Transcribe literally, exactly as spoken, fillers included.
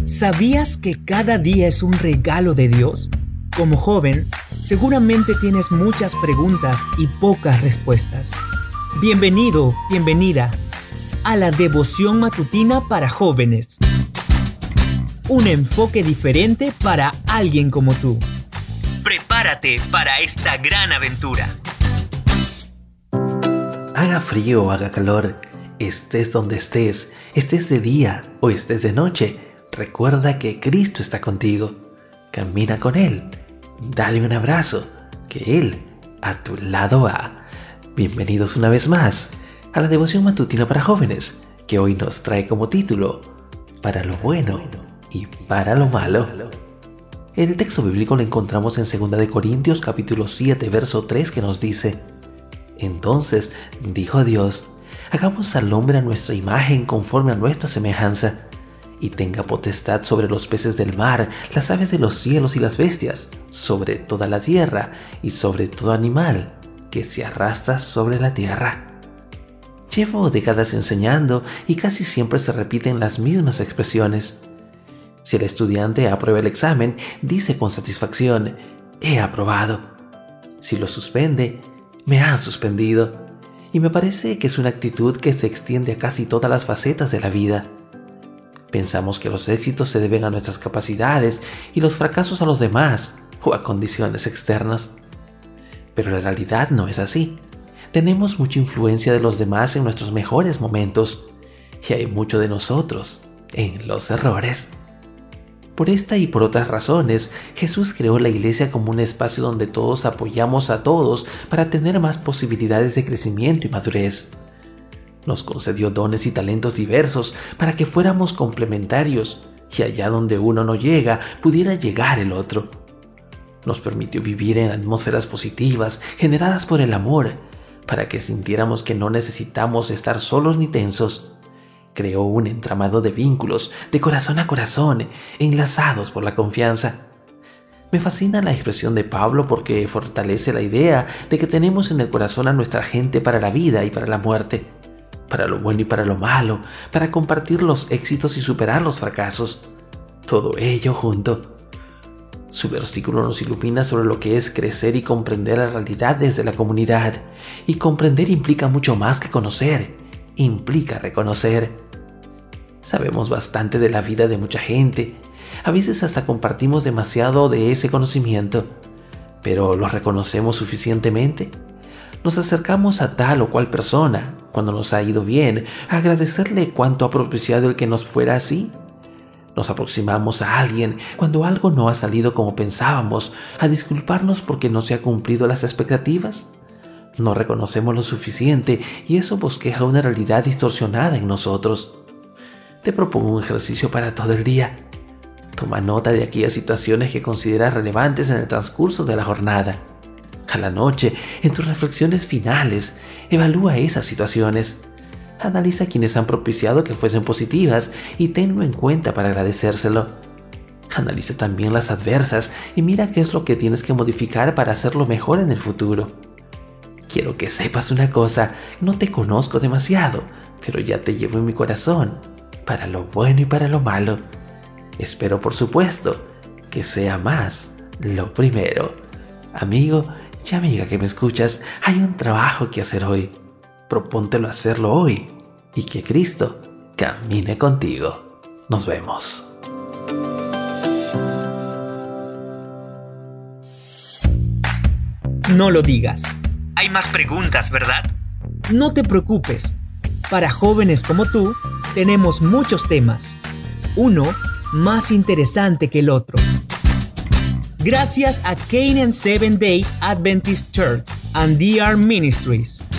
¿Sabías que cada día es un regalo de Dios? Como joven, seguramente tienes muchas preguntas y pocas respuestas. Bienvenido, bienvenida a la devoción matutina para jóvenes. Un enfoque diferente para alguien como tú. Prepárate para esta gran aventura. Haga frío o haga calor, estés donde estés, estés de día o estés de noche, recuerda que Cristo está contigo. Camina con Él, dale un abrazo, que Él a tu lado va. Bienvenidos una vez más a la devoción matutina para jóvenes, que hoy nos trae como título, Para lo bueno y para lo malo. El texto bíblico lo encontramos en segunda de Corintios capítulo siete, verso tres, que nos dice: Entonces dijo Dios, hagamos al hombre a nuestra imagen conforme a nuestra semejanza, y tenga potestad sobre los peces del mar, las aves de los cielos y las bestias, sobre toda la tierra y sobre todo animal que se arrastra sobre la tierra. Llevo décadas enseñando y casi siempre se repiten las mismas expresiones. Si el estudiante aprueba el examen, dice con satisfacción, he aprobado. Si lo suspende, me han suspendido. Y me parece que es una actitud que se extiende a casi todas las facetas de la vida. Pensamos que los éxitos se deben a nuestras capacidades y los fracasos a los demás o a condiciones externas. Pero la realidad no es así. Tenemos mucha influencia de los demás en nuestros mejores momentos y hay mucho de nosotros en los errores. Por esta y por otras razones, Jesús creó la iglesia como un espacio donde todos apoyamos a todos para tener más posibilidades de crecimiento y madurez. Nos concedió dones y talentos diversos para que fuéramos complementarios y allá donde uno no llega, pudiera llegar el otro. Nos permitió vivir en atmósferas positivas, generadas por el amor, para que sintiéramos que no necesitamos estar solos ni tensos. Creó un entramado de vínculos, de corazón a corazón, enlazados por la confianza. Me fascina la expresión de Pablo porque fortalece la idea de que tenemos en el corazón a nuestra gente para la vida y para la muerte, para lo bueno y para lo malo, para compartir los éxitos y superar los fracasos. Todo ello junto. Su versículo nos ilumina sobre lo que es crecer y comprender la realidad desde la comunidad. Y comprender implica mucho más que conocer, implica reconocer. Sabemos bastante de la vida de mucha gente. A veces hasta compartimos demasiado de ese conocimiento. ¿Pero lo reconocemos suficientemente? Nos acercamos a tal o cual persona, cuando nos ha ido bien, a agradecerle cuánto ha propiciado el que nos fuera así. Nos aproximamos a alguien cuando algo no ha salido como pensábamos, a disculparnos porque no se han cumplido las expectativas. No reconocemos lo suficiente y eso bosqueja una realidad distorsionada en nosotros. Te propongo un ejercicio para todo el día. Toma nota de aquellas situaciones que consideras relevantes en el transcurso de la jornada. A la noche, en tus reflexiones finales, evalúa esas situaciones. Analiza quienes han propiciado que fuesen positivas y tenlo en cuenta para agradecérselo. Analiza también las adversas y mira qué es lo que tienes que modificar para hacerlo mejor en el futuro. Quiero que sepas una cosa, no te conozco demasiado, pero ya te llevo en mi corazón, para lo bueno y para lo malo. Espero, por supuesto, que sea más lo primero. Amigo y amiga que me escuchas, hay un trabajo que hacer hoy. Propóntelo hacerlo hoy y que Cristo camine contigo. Nos vemos. No lo digas. Hay más preguntas, ¿verdad? No te preocupes. Para jóvenes como tú, tenemos muchos temas. Uno más interesante que el otro. Gracias a Canaan Seventh Day Adventist Church and D R Ministries.